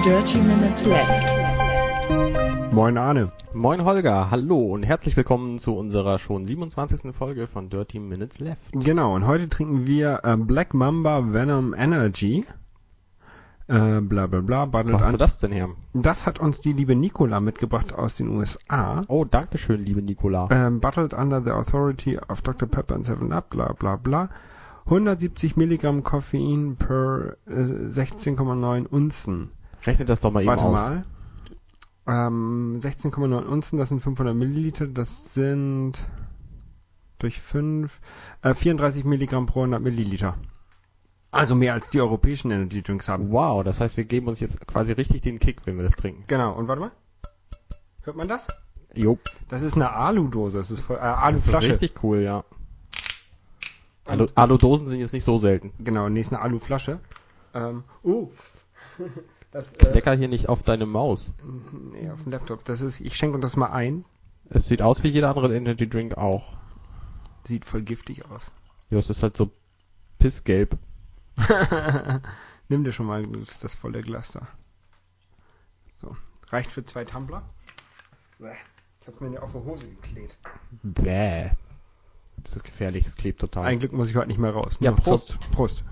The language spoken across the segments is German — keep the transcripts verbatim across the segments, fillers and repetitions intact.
thirty minutes left. Moin Arne. Moin Holger, hallo und herzlich willkommen zu unserer schon siebenundzwanzigsten Folge von thirty minutes left. Genau, und heute trinken wir äh, Black Mamba Venom Energy. Äh, bla bla bla. Wo hast du das denn her? Das hat uns die liebe Nicola mitgebracht aus den U S A. Oh, danke schön, liebe Nicola. Ähm, bottled under the authority of Doktor Pepper and seven up, bla bla bla. hundertsiebzig Milligramm Koffein per äh, sechzehn Komma neun Unzen. Rechnet das doch mal eben Warte aus. mal. Ähm, sechzehn Komma neun Unzen, das sind fünfhundert Milliliter, das sind durch fünf, äh, vierunddreißig Milligramm pro hundert Milliliter. Also mehr als die europäischen Energy Drinks haben. Wow, das heißt, wir geben uns jetzt quasi richtig den Kick, wenn wir das trinken. Genau, und warte mal. Hört man das? Jo. Das ist eine Aludose, das ist voll, äh, Das ist Aluflasche. richtig cool, ja. Alu- Aludosen sind jetzt nicht so selten. Genau, nee, ist eine Aluflasche. Ähm, uh. Das, äh, Klecker hier nicht auf deine Maus. nee, auf dem Laptop. Das ist, ich schenke uns das mal ein. Es sieht aus wie jeder andere Energy Drink auch. Sieht voll giftig aus. Ja, es ist halt so pissgelb. Nimm dir schon mal das volle Glas da. So. Reicht für zwei Tumbler. Ich hab mir eine auf die Hose geklebt. Bäh. Das ist gefährlich, das klebt total. Ein Glück muss ich heute nicht mehr raus. Ja, Nur Prost. Zup- Prost.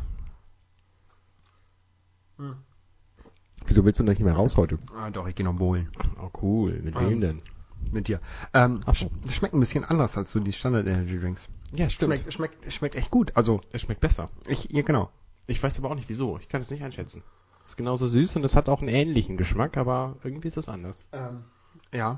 Hm. Wieso willst du nicht mehr raus heute? Ah, doch, ich gehe noch bowlen. Oh cool, mit wem Ähm, denn? Mit dir. Ähm, Ach so. Das schmeckt ein bisschen anders als so die Standard Energy Drinks. Ja, Schmeckt, schmeckt, schmeckt echt gut. Also, Es schmeckt besser. ich, ja, genau. Ich weiß aber auch nicht wieso. Ich kann es nicht einschätzen. Es ist genauso süß und es hat auch einen ähnlichen Geschmack, aber irgendwie ist es anders. Ähm, ja.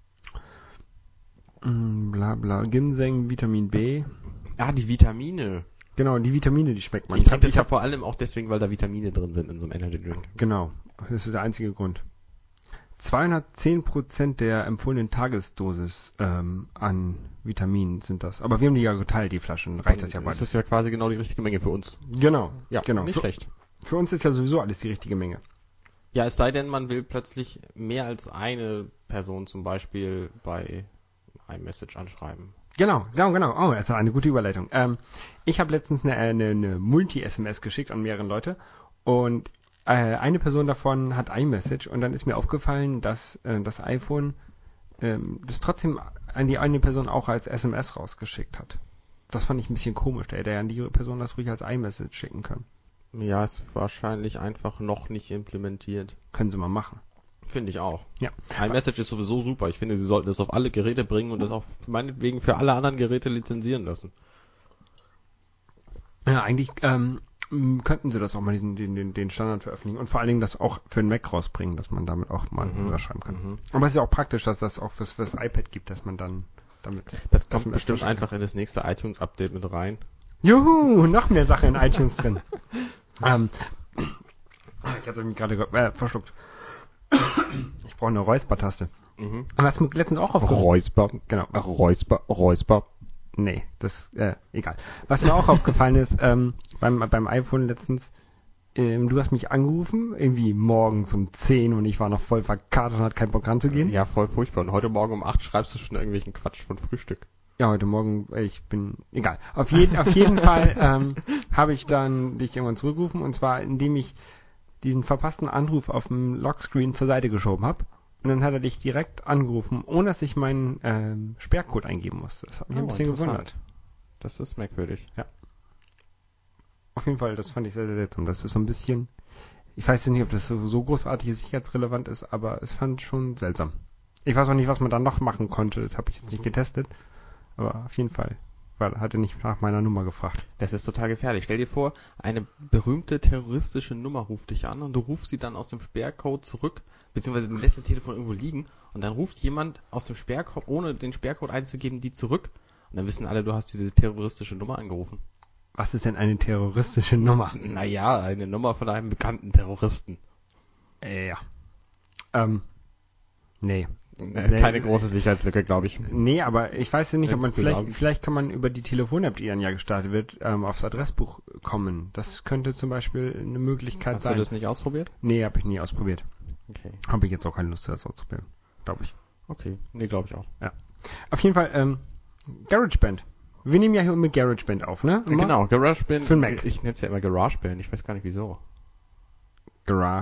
Mm, bla bla. Ginseng, Vitamin B. Ah, die Vitamine. Genau, die Vitamine, die schmeckt man. Ich trinke das ich ja hab, vor allem auch deswegen, weil da Vitamine drin sind in so einem Energy Drink. Genau, das ist der einzige Grund. zweihundertzehn Prozent der empfohlenen Tagesdosis ähm, an Vitaminen sind das. Aber wir haben die ja geteilt, die Flaschen. Reicht das ja bald. Das ist ja quasi genau die richtige Menge für uns. Genau, Ja, genau. nicht für, schlecht. für uns ist ja sowieso alles die richtige Menge. Ja, es sei denn, man will plötzlich mehr als eine Person zum Beispiel bei iMessage anschreiben. Genau, genau, genau. Oh, das ist eine gute Überleitung. Ähm, ich habe letztens eine, eine, eine Multi-S M S geschickt an mehrere Leute und äh, eine Person davon hat iMessage und dann ist mir aufgefallen, dass äh, das iPhone ähm, das trotzdem an die eine Person auch als S M S rausgeschickt hat. Das fand ich ein bisschen komisch. Da hätte ja an die Person das ruhig als iMessage schicken können. Ja, ist wahrscheinlich einfach noch nicht implementiert. Können sie mal machen. Finde ich auch. Ja. iMessage ist sowieso super. Ich finde, sie sollten das auf alle Geräte bringen und das auch meinetwegen für alle anderen Geräte lizenzieren lassen. Ja, eigentlich ähm, m, könnten sie das auch mal den, den, den, den Standard veröffentlichen und vor allen Dingen das auch für den Mac rausbringen, dass man damit auch mal Mhm. überschreiben kann. Mhm. Aber es ist ja auch praktisch, dass das auch fürs, fürs iPad gibt, dass man dann damit... Das dass kommt man bestimmt verschicken einfach in das nächste iTunes-Update mit rein. Juhu, noch mehr Sachen in iTunes drin. ähm, ich hatte mich gerade äh, verschluckt. Ich brauche eine Räuspertaste. Mhm. Aber was mir letztens auch aufgefallen Räusper. Genau. Räusper. Räusper. Nee, das, äh, egal. Was mir auch aufgefallen ist, ähm, beim, beim iPhone letztens, ähm, du hast mich angerufen, irgendwie morgens um zehn und ich war noch voll verkatert und hatte keinen Bock ranzugehen. Ja, voll furchtbar. Und heute Morgen um acht schreibst du schon irgendwelchen Quatsch von Frühstück. Ja, heute Morgen, äh, ich bin, egal. Auf jeden, auf jeden Fall, ähm, habe ich dann dich irgendwann zurückgerufen und zwar, indem ich diesen verpassten Anruf auf dem Lockscreen zur Seite geschoben habe. Und dann hat er dich direkt angerufen, ohne dass ich meinen ähm, Sperrcode eingeben musste. Das hat mich Oh, ein bisschen interessant. gewundert. Das ist merkwürdig. Auf jeden Fall, das fand ich sehr, sehr seltsam. Das ist so ein bisschen, ich weiß jetzt nicht, ob das so, so großartig sicherheitsrelevant ist, aber es fand schon seltsam. Ich weiß auch nicht, was man da noch machen konnte. Das habe ich jetzt nicht getestet. Aber auf jeden Fall, weil hatte nicht nach meiner Nummer gefragt. Das ist total gefährlich. Stell dir vor, eine berühmte terroristische Nummer ruft dich an und du rufst sie dann aus dem Sperrcode zurück, beziehungsweise du lässt das Telefon irgendwo liegen und dann ruft jemand aus dem Sperrcode, ohne den Sperrcode einzugeben, die zurück und dann wissen alle, du hast diese terroristische Nummer angerufen. Was ist denn eine terroristische Nummer? Naja, eine Nummer von einem bekannten Terroristen. Äh, ja. Ähm, nee. Äh, Keine große Sicherheitslücke, glaube ich. Nee, aber ich weiß ja nicht, ob man vielleicht, Insgesamt. vielleicht kann man über die Telefon-App, die dann ja gestartet wird, ähm, aufs Adressbuch kommen. Das könnte zum Beispiel eine Möglichkeit Hast sein. du das nicht ausprobiert? Nee, habe ich nie ausprobiert. Okay. Habe ich jetzt auch keine Lust, das auszuprobieren. Glaube ich. Okay. Nee, glaube ich auch. Auf jeden Fall, ähm, GarageBand. Wir nehmen ja hier mit GarageBand auf, ne? Immer? Genau, GarageBand. Für den Mac. Ich nenne es ja immer GarageBand. Ich weiß gar nicht wieso. Garage.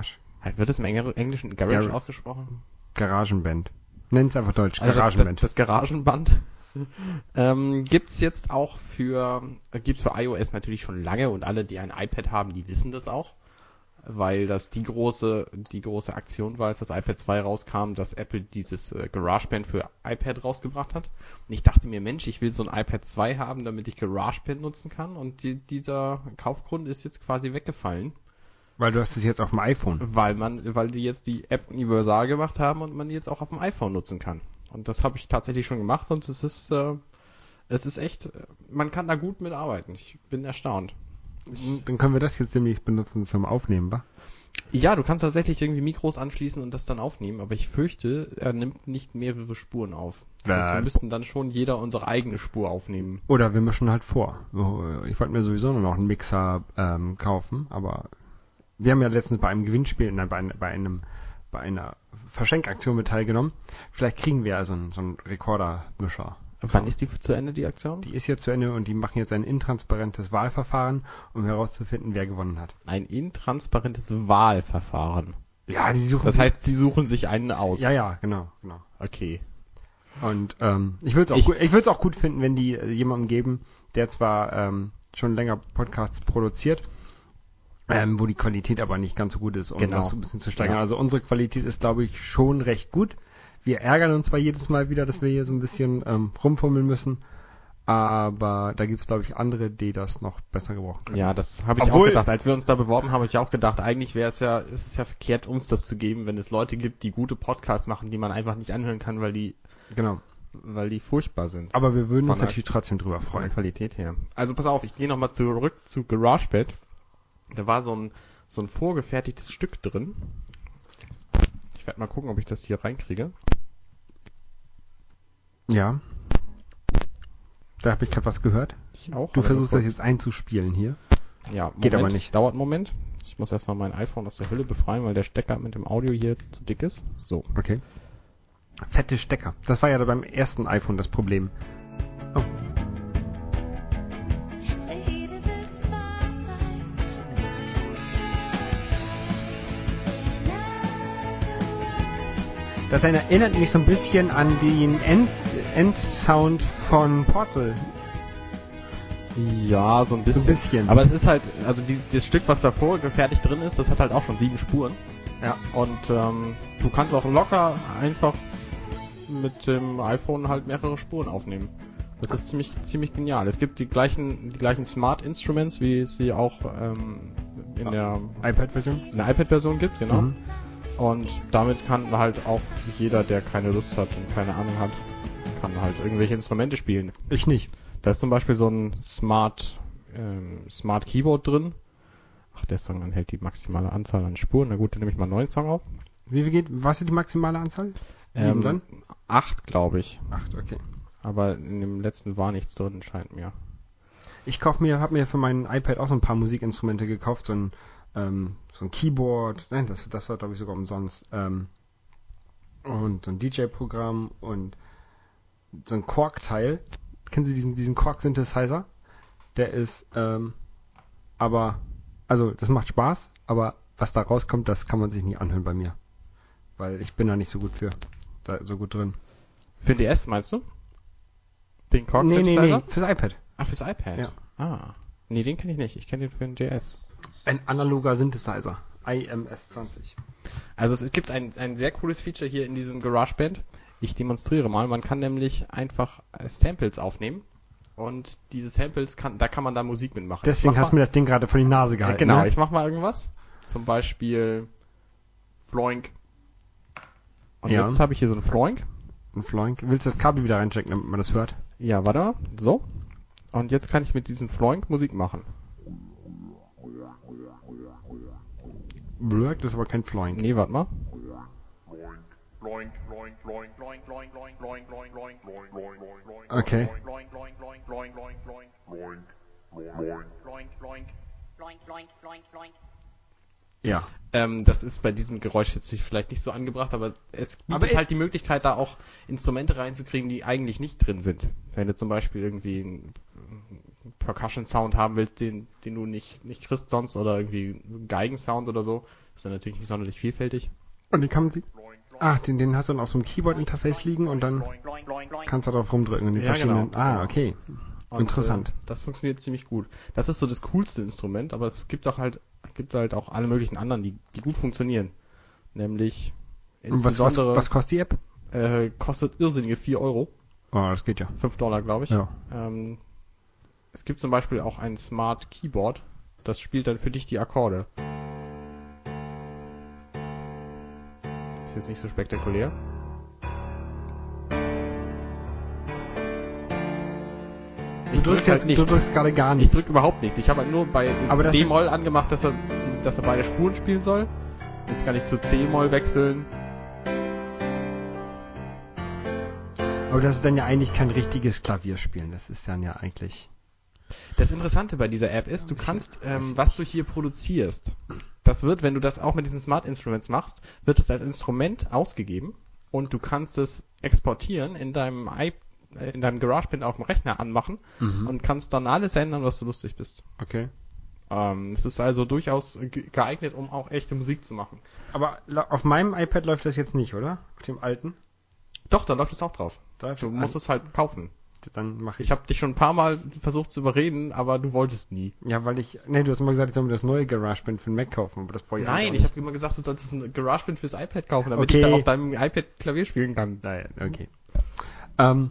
Wird es im Engl- Englischen Garage Gar- ausgesprochen? Garagenband. Nenn's einfach Deutsch, Also das, das, Garagenband. das Garagenband ähm, gibt's jetzt auch für, äh, gibt's für iOS natürlich schon lange und alle, die ein iPad haben, die wissen das auch, weil das die große, die große Aktion war, als das iPad zwei rauskam, dass Apple dieses äh, GarageBand für iPad rausgebracht hat. Und ich dachte mir, Mensch, ich will so ein iPad zwei haben, damit ich GarageBand nutzen kann und die, dieser Kaufgrund ist jetzt quasi weggefallen. Weil du hast es jetzt auf dem iPhone. Weil man, weil die jetzt die App universal gemacht haben und man die jetzt auch auf dem iPhone nutzen kann. Und das habe ich tatsächlich schon gemacht und es ist, äh, es ist echt, man kann da gut mitarbeiten. Ich bin erstaunt. Dann können wir das jetzt demnächst benutzen zum Aufnehmen, wa? Ja, du kannst tatsächlich irgendwie Mikros anschließen und das dann aufnehmen, aber ich fürchte, er nimmt nicht mehrere Spuren auf. Das heißt, wir Äh. müssten dann schon jeder unsere eigene Spur aufnehmen. Oder wir mischen halt vor. So, ich wollte mir sowieso nur noch einen Mixer ähm, kaufen, aber wir haben ja letztens bei einem Gewinnspiel, nein, bei, ein, bei einem, bei einer Verschenkaktion mit teilgenommen. Vielleicht kriegen wir ja so einen, so einen Rekorder-Mischer. Wann ist die zu Ende, die Aktion? Die ist jetzt zu Ende und die machen jetzt ein intransparentes Wahlverfahren, um herauszufinden, wer gewonnen hat. Ein intransparentes Wahlverfahren. Ja, die suchen Das sich, heißt, sie suchen sich einen aus. ja, ja, genau, genau. Okay. Und ähm, ich würde es auch, Ich- gut, ich würd's auch gut finden, wenn die äh, jemandem geben, der zwar ähm, schon länger Podcasts produziert, ähm, wo die Qualität aber nicht ganz so gut ist, um Genau. das so ein bisschen zu steigern. Ja. Also unsere Qualität ist, glaube ich, schon recht gut. Wir ärgern uns zwar jedes Mal wieder, dass wir hier so ein bisschen ähm, rumfummeln müssen, aber da gibt es, glaube ich, andere, die das noch besser gebrauchen können. Ja, das habe ich Obwohl- auch gedacht. Als wir uns da beworben haben, habe ich auch gedacht, eigentlich wäre es ja, ist es ja verkehrt, uns das zu geben, wenn es Leute gibt, die gute Podcasts machen, die man einfach nicht anhören kann, weil die, Genau. weil die furchtbar sind. Aber wir würden Von uns der- natürlich trotzdem drüber Von der freuen. Qualität her. Also pass auf, ich gehe nochmal zurück zu GarageBand. Da war so ein, so ein vorgefertigtes Stück drin. Ich werde mal gucken, ob ich das hier reinkriege. Ja. Da habe ich gerade was gehört. Ich auch. Du aber versuchst nur das kurz. jetzt einzuspielen hier. Ja, Moment, Geht aber nicht. Dauert einen Moment. Ich muss erstmal mein iPhone aus der Hülle befreien, weil der Stecker mit dem Audio hier zu dick ist. So. Okay. Fette Stecker. Das war ja beim ersten iPhone das Problem. Oh. Das erinnert mich so ein bisschen an den End Endsound von Portal. Ja, so ein bisschen. So ein bisschen. Aber es ist halt, also die, das Stück, was davor gefertigt drin ist, das hat halt auch schon sieben Spuren. Ja. Und ähm, du kannst auch locker einfach mit dem iPhone halt mehrere Spuren aufnehmen. Das ist ziemlich ziemlich genial. Es gibt die gleichen die gleichen Smart Instruments, wie es sie auch ähm, in der iPad-Version? in der iPad-Version gibt, genau. Mhm. Und damit kann halt auch jeder, der keine Lust hat und keine Ahnung hat, kann halt irgendwelche Instrumente spielen. Ich nicht. Da ist zum Beispiel so ein Smart, ähm, Smart Keyboard drin. Ach, der Song enthält die maximale Anzahl an Spuren. Na gut, dann nehme ich mal einen neuen Song auf. Wie viel geht? Was ist die maximale Anzahl? Sieben Ähm, dann? Acht, glaube ich. Acht, okay. Aber in dem letzten war nichts drin, scheint mir. Ich kauf mir, habe mir für mein iPad auch so ein paar Musikinstrumente gekauft, so ein ähm, so ein Keyboard, nein, das, das war glaube ich sogar umsonst, ähm, und so ein D J-Programm und so ein Korg-Teil. Kennen Sie diesen diesen Korg-Synthesizer? Der ist, ähm, aber, also das macht Spaß, aber was da rauskommt, das kann man sich nicht anhören bei mir, weil ich bin da nicht so gut für, da so gut drin. Für den D S meinst du? Den Korg Nee, nee, Synthesizer? nee, fürs iPad. Ach, fürs iPad? Ja. Ah. Nee, den kenne ich nicht. Ich kenne den für den D S. Ein analoger Synthesizer, I M S zwanzig. Also es gibt ein, ein sehr cooles Feature hier in diesem GarageBand. Ich demonstriere mal. Man kann nämlich einfach äh, Samples aufnehmen und diese Samples kann, da kann man dann Musik mitmachen. Deswegen Ich mach hast du mir das Ding gerade vor die Nase mal, gehalten. äh, Genau, ne? ich mach mal irgendwas. Zum Beispiel Floink. Und Ja. jetzt habe ich hier so einen Floink. Ein Floink. Willst du das Kabel wieder reinchecken, damit man das hört? Ja, warte mal. So. Und jetzt kann ich mit diesem Floink Musik machen. Blöd, das ist aber kein Floink. Nee, warte mal. Okay. Ja. Ähm, das ist bei diesem Geräusch jetzt vielleicht nicht so angebracht, aber es bietet Aber halt die Möglichkeit, da auch Instrumente reinzukriegen, die eigentlich nicht drin sind. Wenn du zum Beispiel irgendwie einen Percussion-Sound haben willst, den, den du nicht, nicht kriegst sonst, oder irgendwie einen Geigensound oder so, Ist dann natürlich nicht sonderlich vielfältig. Und den kann man sie. Ah, den, den hast du dann auf so einem Keyboard-Interface liegen und dann kannst du darauf rumdrücken in den Ja, verschiedenen. genau. Ah, okay. Und, Interessant. Äh, das funktioniert ziemlich gut. Das ist so das coolste Instrument, aber es gibt auch halt, gibt halt auch alle möglichen anderen, die, die gut funktionieren. Nämlich Und was, was, insbesondere was kostet die App? äh, kostet irrsinnige vier Euro. Oh, das geht ja. fünf Dollar, glaube ich. Ja. Ähm, es gibt zum Beispiel auch ein Smart Keyboard, das spielt dann für dich die Akkorde. Ist jetzt nicht so spektakulär. Du drückst jetzt, du drückst gerade gar Ich nichts. drück überhaupt nichts. Ich habe halt nur bei Aber das D-Moll angemacht, dass er, dass er beide Spuren spielen soll. Jetzt kann ich zu C-Moll wechseln. Aber das ist dann ja eigentlich kein richtiges Klavierspielen. Das ist dann ja eigentlich... Das Interessante bei dieser App ist, du kannst, ähm, was du hier produzierst, das wird, wenn du das auch mit diesen Smart Instruments machst, wird es als Instrument ausgegeben und du kannst es exportieren in deinem i in deinem GarageBand auf dem Rechner anmachen Mhm. und kannst dann alles ändern, was du lustig bist. Okay. Ähm, es ist also durchaus ge- geeignet, um auch echte Musik zu machen. Aber la- auf meinem iPad läuft das jetzt nicht, oder? Auf dem alten? Doch, da läuft es auch drauf. Da läuft Du es musst an- es halt kaufen. Dann mache ich... Ich habe dich schon ein paar Mal versucht zu überreden, aber du wolltest nie. Ja, weil ich... Nee, du hast immer gesagt, ich soll mir das neue GarageBand für den Mac kaufen, aber das brauche ich Nein, eigentlich ich auch habe immer gesagt, du solltest ein GarageBand fürs iPad kaufen, damit Okay. ich dann auf deinem iPad Klavier spielen kann. nicht. Naja, okay. Ähm...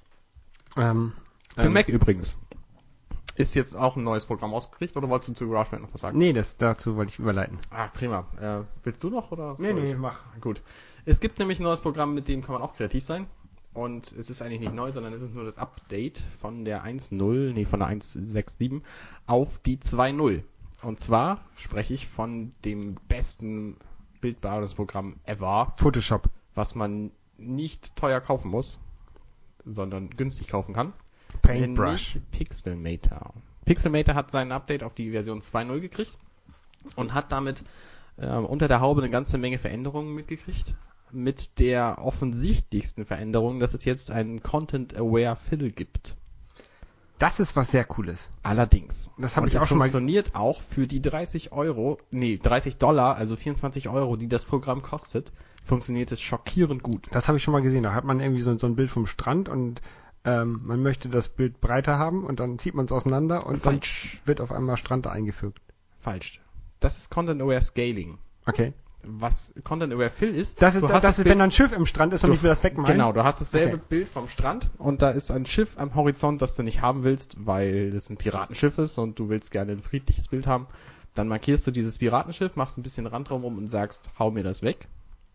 Ähm... Für ähm, Mac übrigens. Ist jetzt auch ein neues Programm ausgekriegt oder wolltest du zu GarageBand noch was sagen? Nee, das dazu wollte ich überleiten. Ah, prima. Äh, willst du noch oder? Nee, soll nee, ich? mach. Gut. Es gibt nämlich ein neues Programm, mit dem kann man auch kreativ sein. Und es ist eigentlich nicht neu, sondern es ist nur das Update von der eins Punkt null, nee, von der eins Punkt sechs Punkt sieben auf die zwei Punkt null. Und zwar spreche ich von dem besten Bildbearbeitungsprogramm ever, Photoshop. was man nicht teuer kaufen muss, sondern günstig kaufen kann. Paintbrush. Nämlich Pixelmator. Pixelmator hat sein Update auf die Version zwei Punkt null gekriegt und hat damit äh, unter der Haube eine ganze Menge Veränderungen mitgekriegt. Mit der offensichtlichsten Veränderung, dass es jetzt einen Content-Aware Fill gibt. Das ist was sehr Cooles. Allerdings. Das habe Und ich auch es schon mal... funktioniert auch für die dreißig Euro, nee, dreißig Dollar, also vierundzwanzig Euro, die das Programm kostet, funktioniert es schockierend gut. Das habe ich schon mal gesehen. Da hat man irgendwie so, so ein Bild vom Strand und ähm, man möchte das Bild breiter haben und dann zieht man es auseinander und Falsch. dann wird auf einmal Strand eingefügt. Falsch. Das ist Content-Aware Scaling. Okay. Was Content-Aware Fill ist, Das ist, du das, hast das ist Bild- wenn da ein Schiff im Strand ist und Du- ich will das wegmalen. Genau, du hast dasselbe Okay. Bild vom Strand und da ist ein Schiff am Horizont, das du nicht haben willst, weil das ein Piratenschiff ist und du willst gerne ein friedliches Bild haben. Dann markierst du dieses Piratenschiff, machst ein bisschen Rand drumherum und sagst, hau mir das weg.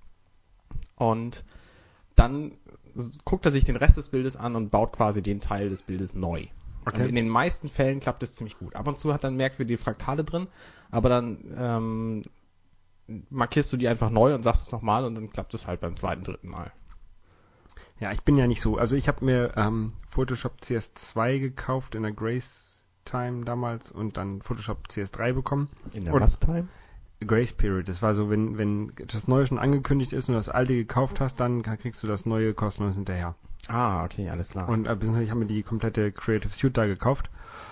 Und dann guckt er sich den Rest des Bildes an und baut quasi den Teil des Bildes neu. Okay. Und in den meisten Fällen klappt es ziemlich gut. Ab und zu hat er merkwürdige Fraktale drin, aber dann ähm, markierst du die einfach neu und sagst es nochmal und dann klappt es halt beim zweiten, dritten Mal. Ja, ich bin ja nicht so. Also ich habe mir ähm, Photoshop C S zwei gekauft in der Grace Time damals und dann Photoshop C S drei bekommen. In der Oder- was Time? Grace Period. Das war so, wenn, wenn das Neue schon angekündigt ist und du das Alte gekauft hast, dann kriegst du das Neue kostenlos hinterher. Ah, okay, alles klar. Und äh, beziehungsweise ich habe mir die komplette Creative Suite da gekauft.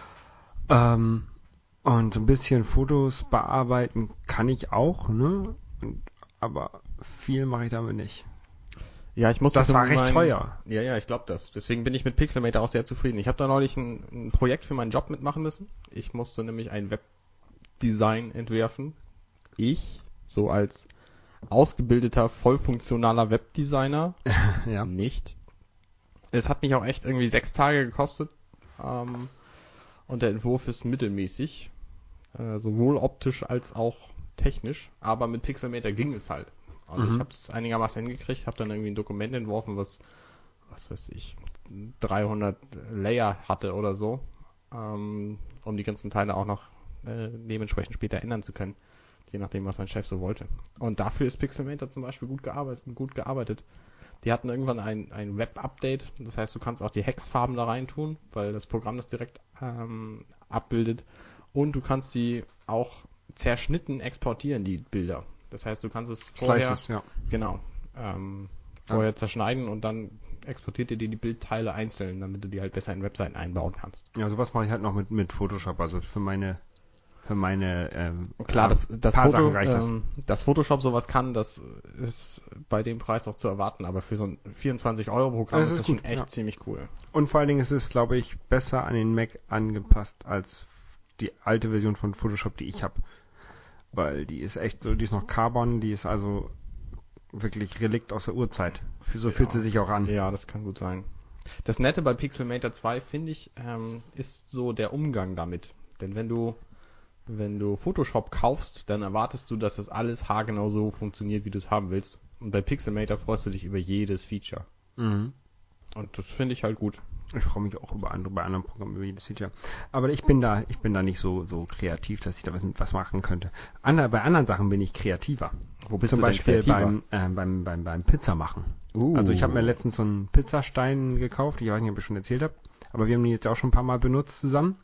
Ähm, und so ein bisschen Fotos bearbeiten kann ich auch, ne? Und, aber viel mache ich damit nicht. Ja, ich musste Das für war recht mein- teuer. Ja, ja, ich glaube das. Deswegen bin ich mit Pixelmator auch sehr zufrieden. Ich habe da neulich ein, ein Projekt für meinen Job mitmachen müssen. Ich musste nämlich ein Webdesign entwerfen. Ich, so als ausgebildeter, vollfunktionaler Webdesigner, Ja. nicht. Es hat mich auch echt irgendwie sechs Tage gekostet. Ähm, und der Entwurf ist mittelmäßig. Äh, sowohl optisch als auch technisch. Aber mit Pixelmator ging es halt. Also Mhm. ich habe es einigermaßen hingekriegt, habe dann irgendwie ein Dokument entworfen, was, was weiß ich, dreihundert Layer hatte oder so, ähm, um die ganzen Teile auch noch äh, dementsprechend später ändern zu können, je nachdem, was mein Chef so wollte. Und dafür ist Pixelmator zum Beispiel gut gearbeitet. Gut gearbeitet. Die hatten irgendwann ein, ein Web-Update, das heißt, du kannst auch die Hexfarben da rein tun, weil das Programm das direkt ähm, abbildet. Und du kannst die auch zerschnitten exportieren, die Bilder. Das heißt, du kannst es vorher, Slices, ja. genau, ähm, vorher zerschneiden und dann exportiert ihr dir die Bildteile einzeln, damit du die halt besser in Webseiten einbauen kannst. Ja, sowas mache ich halt noch mit, mit Photoshop. Also für meine für meine ähm, Klar, das, das, paar Foto, Sachen reicht das. ähm, dass Photoshop sowas kann, das ist bei dem Preis auch zu erwarten, aber für so ein vierundzwanzig Euro Programm Das ist ist das gut, schon echt ja. ziemlich cool. Und vor allen Dingen ist es, glaube ich, besser an den Mac angepasst als die alte Version von Photoshop, die ich habe. Weil die ist echt so, die ist noch Carbon, die ist also wirklich Relikt aus der Urzeit. So fühlt sie sich auch an. Ja, das kann gut sein. Das Nette bei Pixelmator zwei, finde ich, ähm, ist so der Umgang damit. Denn wenn du wenn du Photoshop kaufst, dann erwartest du, dass das alles haargenau so funktioniert, wie du es haben willst. Und bei Pixelmator freust du dich über jedes Feature. Mhm. Und das finde ich halt gut. Ich freue mich auch über andere, bei anderen Programmen über jedes Feature. Aber ich bin da, ich bin da nicht so, so kreativ, dass ich da was mit was machen könnte. Ander, bei anderen Sachen bin ich kreativer. Wo bist Zum du Beispiel denn kreativer? beim, äh, beim, beim, beim Pizza machen. Uh. Also ich habe mir letztens so einen Pizzastein gekauft. Ich weiß nicht, ob ich schon erzählt habe. Aber wir haben den jetzt auch schon ein paar Mal benutzt zusammen.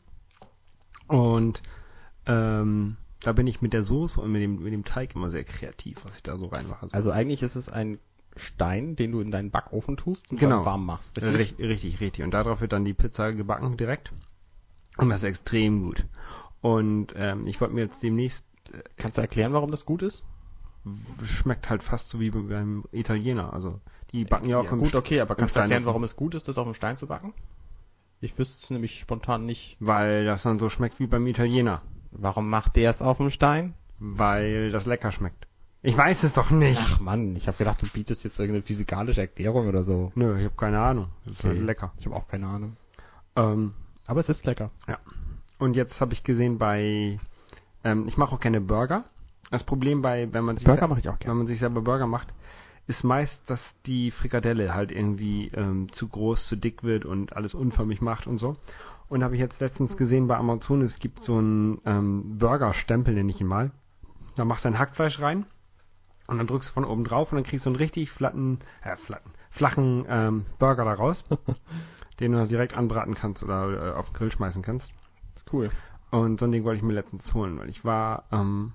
Und ähm, da bin ich mit der Soße und mit dem, mit dem Teig immer sehr kreativ, was ich da so reinmache. Also eigentlich ist es ein Stein, den du in deinen Backofen tust und Genau. dann warm machst. Richtig? Richtig, richtig, richtig. Und darauf wird dann die Pizza gebacken direkt. Und das ist extrem gut. Und ähm, ich wollte mir jetzt demnächst... Äh, Kannst du erklären, warum das gut ist? Schmeckt halt fast so wie beim Italiener. Also die backen ja auch ja, im gut, okay, aber kannst du erklären, Steinofen. warum es gut ist, das auf dem Stein zu backen? Ich wüsste es nämlich spontan nicht. Weil das dann so schmeckt wie beim Italiener. Warum macht der es auf dem Stein? Weil das lecker schmeckt. Ich weiß es doch nicht. Ach Mann, ich habe gedacht, du bietest jetzt irgendeine physikalische Erklärung oder so. Nö, ich habe keine Ahnung. Das ist Okay. halt lecker. Ich habe auch keine Ahnung. Ähm, Aber es ist lecker. ja. Und jetzt habe ich gesehen bei... Ähm, ich mache auch keine Burger. Das Problem bei, wenn man sich... Burger mache ich auch gerne. Wenn man sich selber Burger macht, ist meist, dass die Frikadelle halt irgendwie ähm, zu groß, zu dick wird und alles unförmig macht und so. Und habe ich jetzt letztens gesehen bei Amazon, es gibt so einen ähm, Burger-Stempel, nenne ich ihn mal. Da machst du ein Hackfleisch rein und dann drückst du von oben drauf und dann kriegst du einen richtig flatten, äh, flatten, flachen ähm, Burger da raus, den du direkt anbraten kannst oder äh, aufs Grill schmeißen kannst. Das ist cool. Und so ein Ding wollte ich mir letztens holen, weil ich war, ähm,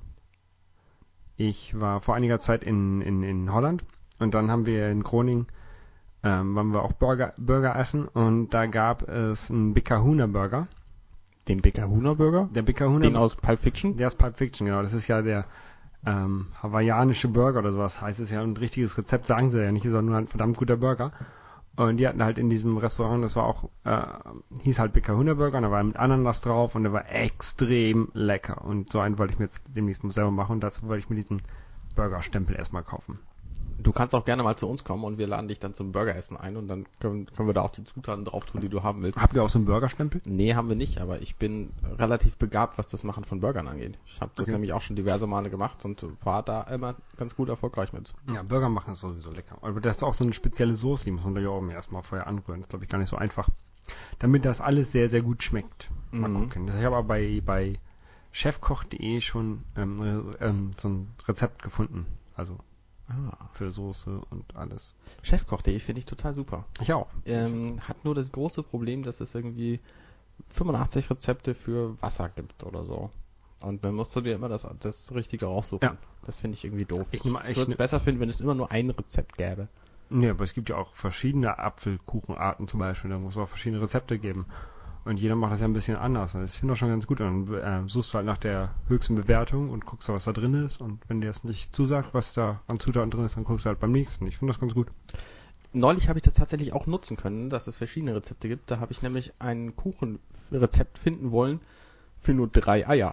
ich war vor einiger Zeit in, in, in Holland und dann haben wir in Groningen, ähm, waren wir auch Burger, Burger essen und da gab es einen Bickerhuner Burger. Den Bickerhuner Burger? Der Bickerhuner Den aus Pulp Fiction? Der ist Pulp Fiction, genau. Das ist ja der ähm, hawaiianische Burger oder sowas heißt es ja. Ein richtiges Rezept sagen sie ja nicht, ist auch nur ein verdammt guter Burger. Und die hatten halt in diesem Restaurant, das war auch, äh, hieß halt Bickerhuner Burger und da war mit Ananas drauf und der war extrem lecker. Und so einen wollte ich mir jetzt demnächst mal selber machen und dazu wollte ich mir diesen Burgerstempel erstmal kaufen. Du kannst auch gerne mal zu uns kommen und wir laden dich dann zum Burgeressen ein und dann können, können wir da auch die Zutaten drauf tun, die du haben willst. Habt ihr auch so einen Burgerstempel? Nee, haben wir nicht, aber ich bin relativ begabt, was das Machen von Burgern angeht. Ich habe das Okay. nämlich auch schon diverse Male gemacht und war da immer ganz gut erfolgreich mit. Ja, Burger machen ist sowieso lecker. Aber das ist auch so eine spezielle Soße, die muss man da ja auch erstmal vorher anrühren. Das ist, glaube ich, gar nicht so einfach. Damit das alles sehr, sehr gut schmeckt. Mal Mhm. gucken. Ich habe aber bei, bei chefkoch punkt de schon ähm, ähm, so ein Rezept gefunden. Also Ah. für Soße und alles. Chefkoch punkt de finde ich total super. Ich auch. Ähm, hat nur das große Problem, dass es irgendwie fünfundachtzig Rezepte für Wasser gibt oder so. Und dann musst du dir immer das, das Richtige raussuchen. Ja. Das finde ich irgendwie doof. Ich Ich, nehme- ich würde es ne- besser finden, wenn es immer nur ein Rezept gäbe. Nee, aber es gibt ja auch verschiedene Apfelkuchenarten zum Beispiel. Da muss es auch verschiedene Rezepte geben. Und jeder macht das ja ein bisschen anders. Also ich finde das schon ganz gut. Und dann äh, suchst du halt nach der höchsten Bewertung und guckst, was da drin ist. Und wenn dir das nicht zusagt, was da an Zutaten drin ist, dann guckst du halt beim nächsten. Ich finde das ganz gut. Neulich habe ich das tatsächlich auch nutzen können, dass es verschiedene Rezepte gibt. Da habe ich nämlich ein Kuchenrezept finden wollen für nur drei Eier.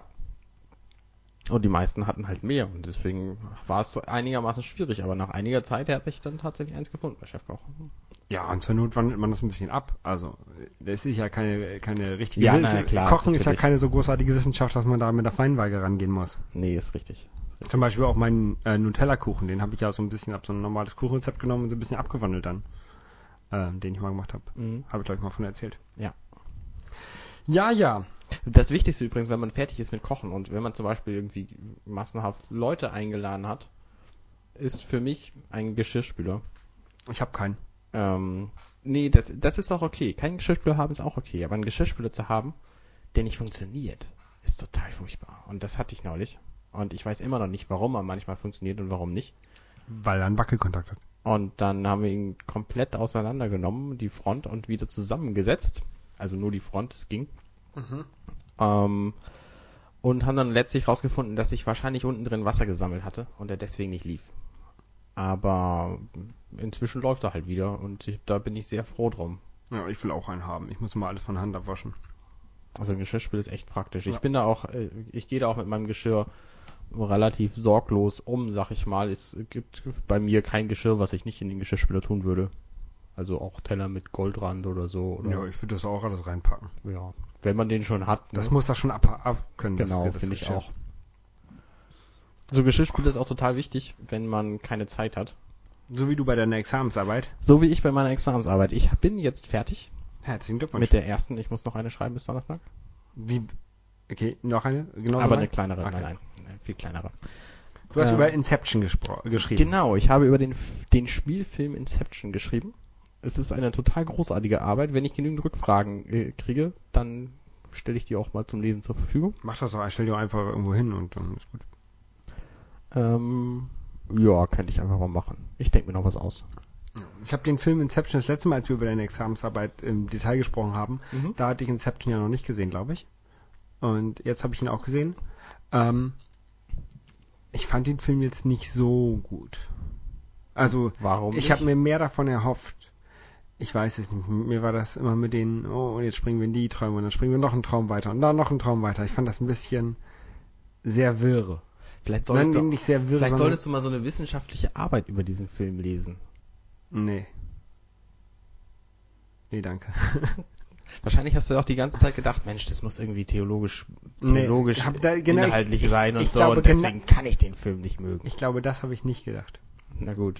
Und die meisten hatten halt mehr. Und deswegen war es einigermaßen schwierig. Aber nach einiger Zeit habe ich dann tatsächlich eins gefunden bei Chefkoch. Ja, und zur Not wandelt man das ein bisschen ab. Also, das ist ja keine, keine richtige Ja, Wiss- na ja, klar, Kochen ist ja natürlich. keine so großartige Wissenschaft, dass man da mit der Feinwaage rangehen muss. Nee, ist richtig. Zum Beispiel auch meinen äh, Nutella-Kuchen, den habe ich ja so ein bisschen, ab so ein normales Kuchenrezept genommen und so ein bisschen abgewandelt dann. Ähm, den ich mal gemacht habe. Mhm. Habe ich, glaube ich, mal von erzählt. Ja. Ja, ja. Das Wichtigste übrigens, wenn man fertig ist mit Kochen und wenn man zum Beispiel irgendwie massenhaft Leute eingeladen hat, ist für mich ein Geschirrspüler. Ich habe keinen. Ähm, nee, das, das ist auch okay. Keinen Geschirrspüler haben ist auch okay, aber einen Geschirrspüler zu haben, der nicht funktioniert, ist total furchtbar. Und das hatte ich neulich. Und ich weiß immer noch nicht, warum er manchmal funktioniert und warum nicht. Weil er einen Wackelkontakt hat. Und dann haben wir ihn komplett auseinandergenommen, die Front und wieder zusammengesetzt. Also nur die Front, es ging. Mhm. Ähm, und haben dann letztlich rausgefunden, dass sich wahrscheinlich unten drin Wasser gesammelt hatte und er deswegen nicht lief. Aber inzwischen läuft er halt wieder und ich, da bin ich sehr froh drum. Ja, ich will auch einen haben. Ich muss mal alles von Hand abwaschen. Also ein Geschirrspül ist echt praktisch. Ja. Ich bin da auch, ich gehe da auch mit meinem Geschirr relativ sorglos um, sag ich mal. Es gibt bei mir kein Geschirr, was ich nicht in den Geschirrspüler tun würde. Also auch Teller mit Goldrand oder so. Oder Ja, ich würde das auch alles reinpacken. ja, wenn man den schon hat. Das ne? muss das schon ab, ab können. Genau, das, das finde ich Geschirr. auch. So Geschirrspüler ist auch total wichtig, wenn man keine Zeit hat. So wie du bei deiner Examensarbeit. So wie ich bei meiner Examensarbeit. Ich bin jetzt fertig Herzlichen Glückwunsch. mit der ersten. Ich muss noch eine schreiben bis Donnerstag. Wie? Okay, noch eine? Genau Aber eine kleinere, okay. nein, nein, eine viel kleinere. Du hast ähm, über Inception gespro- geschrieben. Genau, ich habe über den, den Spielfilm Inception geschrieben. Es ist eine total großartige Arbeit. Wenn ich genügend Rückfragen äh, kriege, dann stelle ich die auch mal zum Lesen zur Verfügung. Mach das doch, stell dir einfach irgendwo hin und dann ist gut. Ähm, ja, könnte ich einfach mal machen. Ich denke mir noch was aus. Ich habe den Film Inception das letzte Mal, als wir über deine Examensarbeit im Detail gesprochen haben, Mhm. da hatte ich Inception ja noch nicht gesehen, glaube ich. Und jetzt habe ich ihn auch gesehen. Ähm, ich fand den Film jetzt nicht so gut. Also, Warum ich nicht? habe mir mehr davon erhofft. Ich weiß es nicht. Mir war das immer mit den, oh, und jetzt springen wir in die Träume und dann springen wir noch einen Traum weiter und dann noch einen Traum weiter. Ich fand das ein bisschen sehr wirre. Vielleicht Nein, solltest, du, nicht sehr wirre, vielleicht sondern- solltest du mal so eine wissenschaftliche Arbeit über diesen Film lesen. Nee. Nee, danke. Wahrscheinlich hast du auch die ganze Zeit gedacht, Mensch, das muss irgendwie theologisch, theologisch Nee, hab da- genau, inhaltlich ich- sein und ich so glaube, und deswegen gena- kann ich den Film nicht mögen. Ich glaube, das habe ich nicht gedacht. Na gut.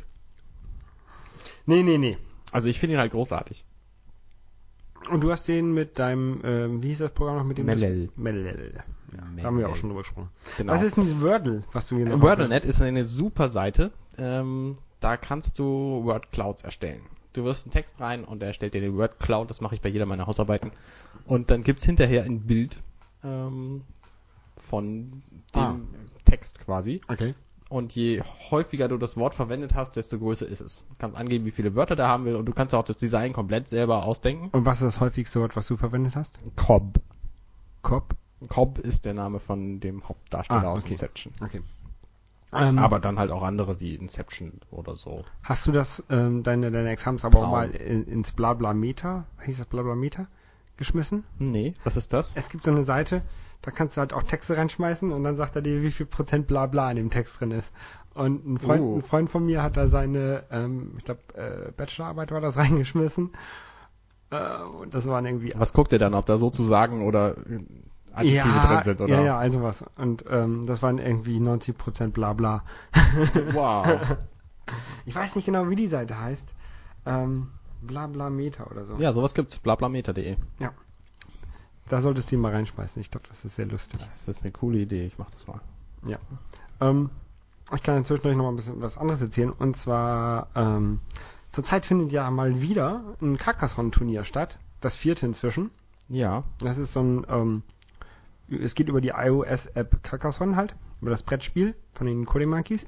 Nee, nee, nee. Also ich finde ihn halt großartig. Und du hast den mit deinem, ähm, wie hieß das Programm noch mit dem? Mellel. Mellel. Ja, Mellel. da haben wir auch schon drüber gesprochen. Genau. Was ist denn dieses Wordle, was du hier noch WordleNet ist eine super Seite. Ähm, da kannst du Word Clouds erstellen. Du wirfst einen Text rein und er erstellt dir den Word Cloud. Das mache ich bei jeder meiner Hausarbeiten. Und dann gibt's hinterher ein Bild ähm, von dem Ah. Text quasi. Okay. Und je häufiger du das Wort verwendet hast, desto größer ist es. Du kannst angeben, wie viele Wörter der haben will und du kannst auch das Design komplett selber ausdenken. Und was ist das häufigste Wort, was du verwendet hast? Cobb. Cobb? Cobb ist der Name von dem Hauptdarsteller Ah, aus okay. Inception. Okay. Ähm, Aber dann halt auch andere wie Inception oder so. hast du das, ähm, deine, deine Examensarbeit auch Traum. mal in, ins Blablameter, hieß das Blablameter, geschmissen? Nee, was ist das? Es gibt so eine Seite, da kannst du halt auch Texte reinschmeißen und dann sagt er dir, wie viel Prozent Blabla in dem Text drin ist. Und ein Freund, Oh. ein Freund von mir hat da seine, ähm, ich glaube, äh, Bachelorarbeit war das reingeschmissen. Äh, und das waren irgendwie... Was guckt ihr dann, ob da sozusagen oder äh, Adjektive ja, drin sind? Oder? ja, ja, also was. Und ähm, das waren irgendwie neunzig Prozent Blabla. Wow. Ich weiß nicht genau, wie die Seite heißt. Ähm, Blablameter oder so. Ja, sowas gibt's. blablameter punkt de. Ja. Da solltest du ihn mal reinschmeißen. Ich glaube, das ist sehr lustig. Das ist eine coole Idee. Ich mach das mal. Ja. Ähm, ich kann inzwischen euch noch mal ein bisschen was anderes erzählen. Und zwar, ähm, zurzeit findet ja mal wieder ein Carcassonne-Turnier statt. Das vierte inzwischen. Ja. Das ist so ein, ähm, es geht über die iOS-App Carcassonne halt, über das Brettspiel von den Coding Monkeys.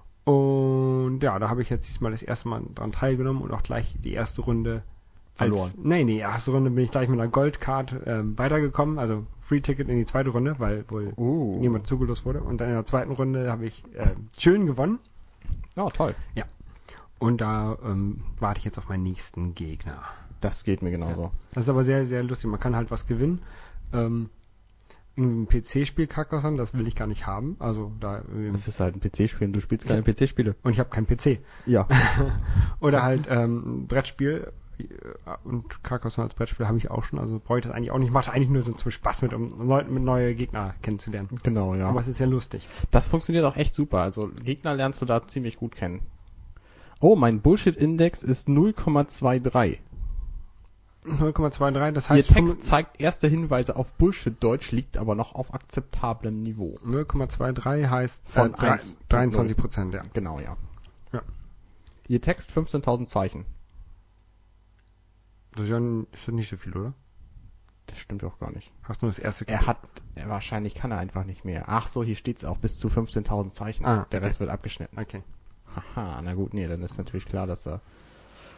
Und ja, da habe ich jetzt diesmal das erste Mal dran teilgenommen und auch gleich die erste Runde Verloren. Als, nee, nee, erste Runde bin ich gleich mit einer Goldcard ähm, weitergekommen, also Free Ticket in die zweite Runde, weil wohl Uh. niemand zugelost wurde. Und dann in der zweiten Runde habe ich äh, schön gewonnen. Ja, toll. Ja. Und da ähm, warte ich jetzt auf meinen nächsten Gegner. Das geht mir genauso. Ja. Das ist aber sehr, sehr lustig. Man kann halt was gewinnen. Ähm, ein P C-Spiel Carcassonne, das will ich gar nicht haben. Also da ähm, Das ist halt ein P C-Spiel und du spielst keine P C-Spiele. und ich habe keinen P C. Ja. Oder halt ähm, ein Brettspiel. Und Carcassonne als Brettspiel habe ich auch schon. Also brauche ich das eigentlich auch nicht. Macht eigentlich nur so zum Spaß mit, um Leuten mit neue Gegner kennenzulernen. Genau, ja. Aber es ist ja lustig. Das funktioniert auch echt super. Also Gegner lernst du da ziemlich gut kennen. Oh, mein Bullshit-Index ist null Komma dreiundzwanzig. null Komma dreiundzwanzig, das Ihr heißt Text zeigt erste Hinweise auf Bullshit-Deutsch, liegt aber noch auf akzeptablem Niveau. null Komma dreiundzwanzig heißt Von äh, drei- eins. dreiundzwanzig Prozent, ja. Genau, ja. Ja. Ihr Text fünfzehntausend Zeichen. Das ist ja n- ist ja nicht so viel, oder? Das stimmt auch gar nicht. Hast nur das erste Er hat, er, wahrscheinlich kann er einfach nicht mehr. Ach so, hier steht's auch bis zu fünfzehntausend Zeichen. Ah, Der okay. Rest wird abgeschnitten. Okay. Haha, na gut, nee, dann ist natürlich klar, dass er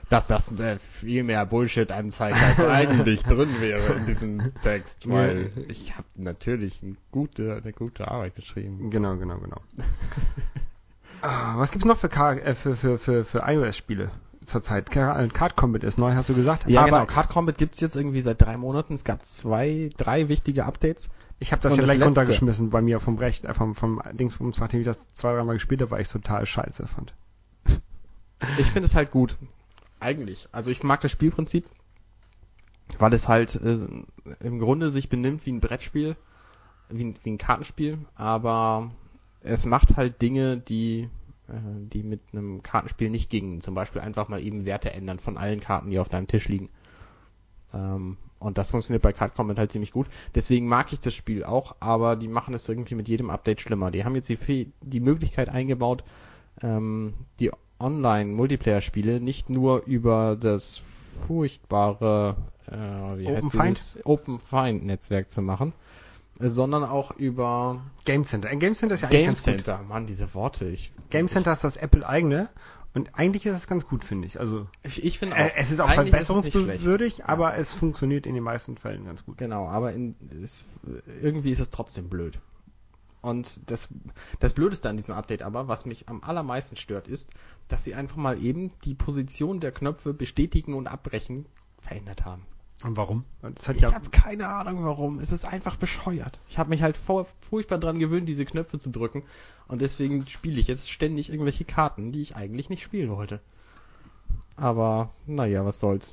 dass das äh, viel mehr Bullshit anzeigt, als eigentlich drin wäre in diesem Text, weil ich habe natürlich eine gute, eine gute Arbeit geschrieben. Genau, genau, genau. ah, was gibt's noch für, K äh, für, für, für, für iOS-Spiele zurzeit? Card Combat ist neu, hast du gesagt? Ja, aber genau. Card Combat gibt's jetzt irgendwie seit drei Monaten. Es gab zwei, drei wichtige Updates. Ich habe das Und ja das gleich letzte- runtergeschmissen bei mir vom Recht, äh, vom, vom Dingsbums, nachdem ich das zwei, dreimal gespielt habe, weil ich es total scheiße fand. Ich finde es halt gut. Eigentlich. Also ich mag das Spielprinzip, weil es halt äh, im Grunde sich benimmt wie ein Brettspiel, wie ein, wie ein Kartenspiel, aber es macht halt Dinge, die äh, die mit einem Kartenspiel nicht gingen. Zum Beispiel einfach mal eben Werte ändern von allen Karten, die auf deinem Tisch liegen. Ähm, und das funktioniert bei Card Combat halt ziemlich gut. Deswegen mag ich das Spiel auch, aber die machen es irgendwie mit jedem Update schlimmer. Die haben jetzt die, die Möglichkeit eingebaut, ähm, die Online-Multiplayer-Spiele nicht nur über das furchtbare äh, wie heißt Open Find? dieses Open Find Netzwerk zu machen, äh, sondern auch über Game Center. Ein Game Center ist ja eigentlich Game ganz gut. Center. Mann, diese Worte. Ich, Game Center ist das Apple-eigene und eigentlich ist es ganz gut, finde ich. Also ich, ich finde auch. äh, es ist auch eigentlich ist es nicht verbesserungswürdig, schlecht. aber Ja. es funktioniert in den meisten Fällen ganz gut. Genau, aber in, es, irgendwie ist es trotzdem blöd. Und das, das Blödeste an diesem Update aber, was mich am allermeisten stört, ist, dass sie einfach mal eben die Position der Knöpfe bestätigen und abbrechen verändert haben. Und warum? Das hat Ich ja habe keine Ahnung warum. Es ist einfach bescheuert. Ich habe mich halt vor, furchtbar dran gewöhnt, diese Knöpfe zu drücken. Und deswegen spiele ich jetzt ständig irgendwelche Karten, die ich eigentlich nicht spielen wollte. Aber, naja, was soll's.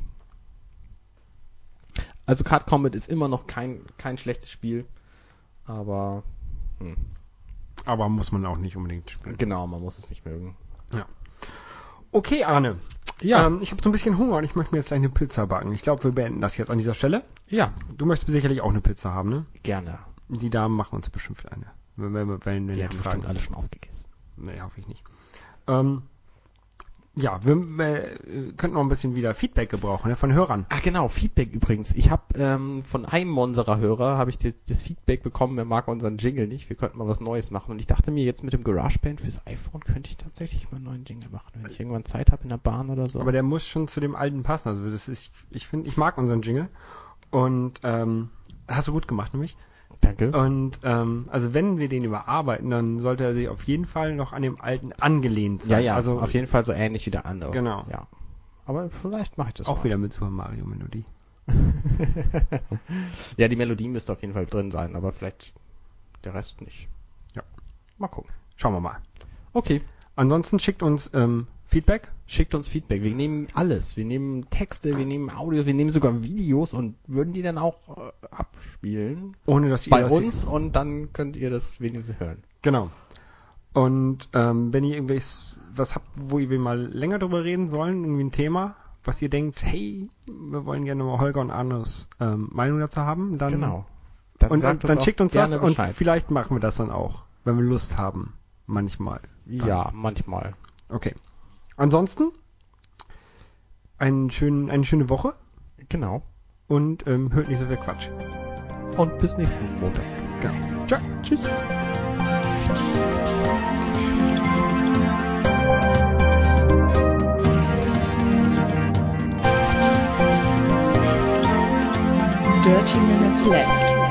Also Card Combat ist immer noch kein, kein schlechtes Spiel. Aber, hm. aber muss man auch nicht unbedingt spielen. Genau, man muss es nicht mögen. Okay, Arne. Ja. Ähm, ich habe so ein bisschen Hunger und ich möchte mir jetzt gleich eine Pizza backen. Ich glaube, wir beenden das jetzt an dieser Stelle. Ja, Du möchtest sicherlich auch eine Pizza haben, ne? gerne. Die Damen machen uns bestimmt eine. Wenn wir, wenn wir Die die haben fragen. bestimmt alle schon aufgegessen. Nee, hoffe ich nicht. Ähm, ja, wir, wir könnten noch ein bisschen wieder Feedback gebrauchen, ne, von Hörern. Ach genau, Feedback übrigens. Ich habe ähm, von einem unserer Hörer habe ich die, das Feedback bekommen, er mag unseren Jingle nicht, wir könnten mal was Neues machen. Und ich dachte mir, jetzt mit dem GarageBand fürs iPhone könnte ich tatsächlich mal einen neuen Jingle machen, wenn ich irgendwann Zeit habe in der Bahn oder so. Aber der muss schon zu dem alten passen. Also das ist, ich finde, ich mag unseren Jingle. Und ähm, hast du gut gemacht, nämlich. Danke. Und ähm, also wenn wir den überarbeiten, dann sollte er sich auf jeden Fall noch an dem alten angelehnt sein. Ja, ja, also auf jeden Fall so ähnlich wie der andere. Genau. Ja. Aber vielleicht mache ich das auch mal. wieder mit Super Mario Melodie. Ja, die Melodie müsste auf jeden Fall drin sein, aber vielleicht der Rest nicht. Ja. Mal gucken. Schauen wir mal. Okay. Ansonsten schickt uns ähm, Feedback. Schickt uns Feedback. Wir nehmen alles. Wir nehmen Texte, wir nehmen Audio, wir nehmen sogar Videos und würden die dann auch äh, abspielen Ohne dass ihr bei das uns und dann könnt ihr das wenigstens hören. Genau. Und ähm, wenn ihr irgendwas was habt, wo wir mal länger drüber reden sollen, irgendwie ein Thema, was ihr denkt, hey, wir wollen gerne mal Holger und Arnes ähm, Meinung dazu haben, dann Genau. Dann und, sagt und dann uns auch schickt uns das gerne und Bescheid. vielleicht machen wir das dann auch, wenn wir Lust haben. Manchmal. Dann. Ja, manchmal. Okay. Ansonsten einen schönen, eine schöne Woche Genau. und ähm, hört nicht so viel Quatsch. Und bis nächsten Montag. Genau. Ciao. Tschüss. Dirty Minutes Left.